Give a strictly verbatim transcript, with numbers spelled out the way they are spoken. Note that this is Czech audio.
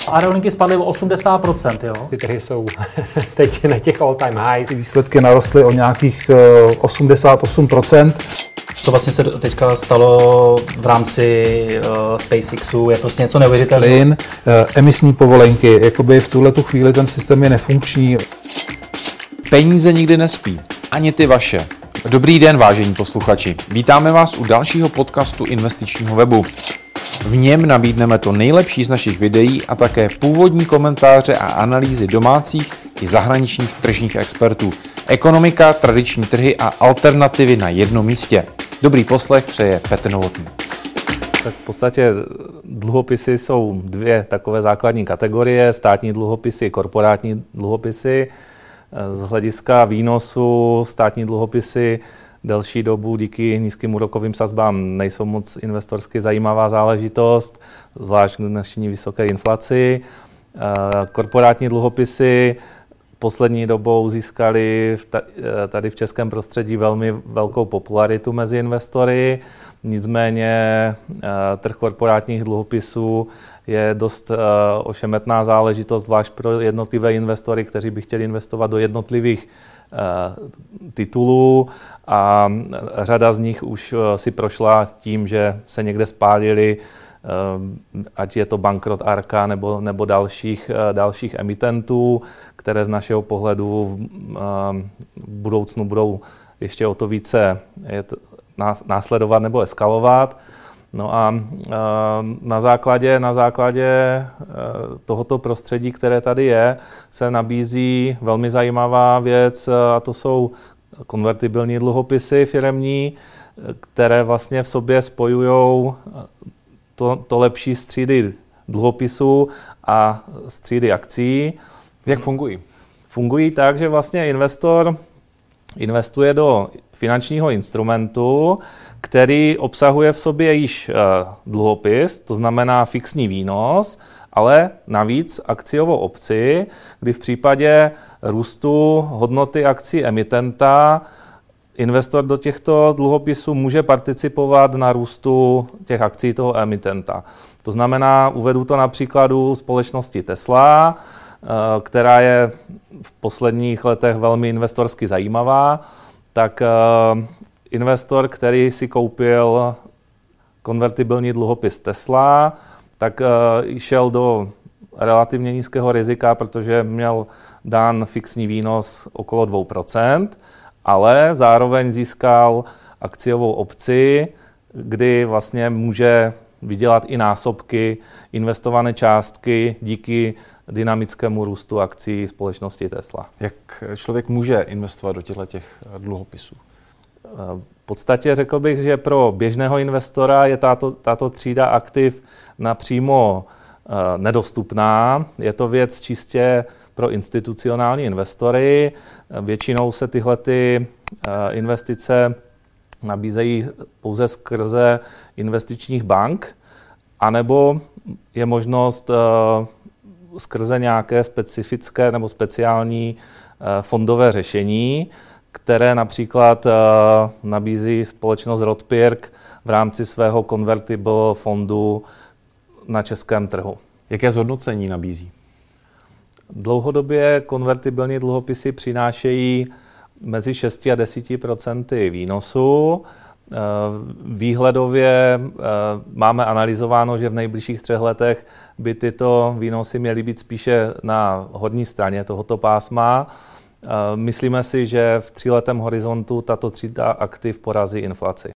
Aerolinky spadly o osmdesát procent, jo? Ty trhy jsou teď na těch all time highs. Výsledky narostly o nějakých osmdesát osm procent. Co vlastně se teďka stalo v rámci uh, SpaceXu, je prostě něco neuvěřitelného. Plyn, uh, emisní povolenky, jakoby v tuhletu chvíli ten systém je nefunkční. Peníze nikdy nespí, ani ty vaše. Dobrý den, vážení posluchači. Vítáme vás u dalšího podcastu investičního webu. V něm nabídneme to nejlepší z našich videí a také původní komentáře a analýzy domácích i zahraničních tržních expertů. Ekonomika, tradiční trhy a alternativy na jednom místě. Dobrý poslech přeje Petr Novotný. Tak v podstatě dluhopisy jsou dvě takové základní kategorie. Státní dluhopisy, korporátní dluhopisy. Z hlediska výnosu státní dluhopisy delší dobu díky nízkým úrokovým sazbám nejsou moc investorsky zajímavá záležitost, zvlášť k dnešní vysoké inflaci. Korporátní dluhopisy poslední dobou získaly tady v českém prostředí velmi velkou popularitu mezi investory. Nicméně trh korporátních dluhopisů je dost ošemetná záležitost, zvlášť pro jednotlivé investory, kteří by chtěli investovat do jednotlivých titulů, a řada z nich už si prošla tím, že se někde spálili, ať je to bankrot Arka nebo, nebo dalších, dalších emitentů, které z našeho pohledu v budoucnu budou ještě o to více následovat nebo eskalovat. No a na základě, na základě tohoto prostředí, které tady je, se nabízí velmi zajímavá věc, a to jsou konvertibilní dluhopisy firemní, které vlastně v sobě spojují to, to lepší z třídy dluhopisů a z třídy akcí. Jak fungují? Fungují tak, že vlastně investor investuje do finančního instrumentu, který obsahuje v sobě již dluhopis, to znamená fixní výnos, ale navíc akciovou opci, kdy v případě růstu hodnoty akcí emitenta investor do těchto dluhopisů může participovat na růstu těch akcí toho emitenta. To znamená, uvedu to na příkladu společnosti Tesla, která je v posledních letech velmi investorsky zajímavá, tak investor, který si koupil konvertibilní dluhopis Tesla, tak šel do relativně nízkého rizika, protože měl dán fixní výnos okolo dvě procenta, ale zároveň získal akciovou opci, kdy vlastně může vydělat i násobky investované částky díky dynamickému růstu akcí společnosti Tesla. Jak člověk může investovat do těchto dluhopisů? V podstatě řekl bych, že pro běžného investora je tato, tato třída aktiv napřímo uh, nedostupná. Je to věc čistě pro institucionální investory. Většinou se tyhle ty, uh, investice nabízejí pouze skrze investičních bank, anebo je možnost uh, skrze nějaké specifické nebo speciální uh, fondové řešení, které například uh, nabízí společnost Rothschild v rámci svého convertible fondu na českém trhu. Jaké zhodnocení nabízí? Dlouhodobě konvertibilní dluhopisy přinášejí mezi šest a deset procent výnosu. Výhledově máme analyzováno, že v nejbližších třech letech by tyto výnosy měly být spíše na horní straně tohoto pásma. Myslíme si, že v tříletém horizontu tato třída aktiv porazí inflaci.